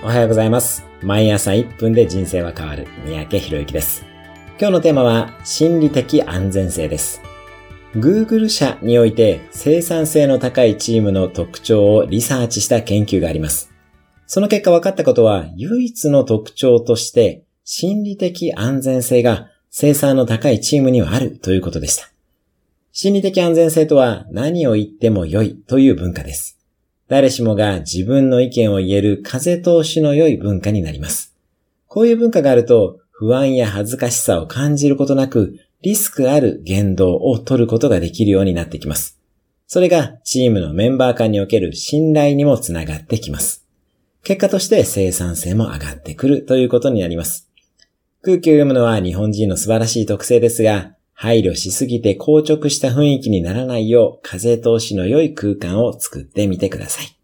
おはようございます。毎朝1分で人生は変わる三宅宏之です。今日のテーマは心理的安全性です。Google 社において生産性の高いチームの特徴をリサーチした研究があります。その結果分かったことは唯一の特徴として心理的安全性が生産の高いチームにはあるということでした。心理的安全性とは何を言っても良いという文化です。誰しもが自分の意見を言える風通しの良い文化になります。こういう文化があると不安や恥ずかしさを感じることなくリスクある言動を取ることができるようになってきます。それがチームのメンバー間における信頼にもつながってきます。結果として生産性も上がってくるということになります。空気を読むのは日本人の素晴らしい特性ですが、配慮しすぎて硬直した雰囲気にならないよう風通しの良い空間を作ってみてください。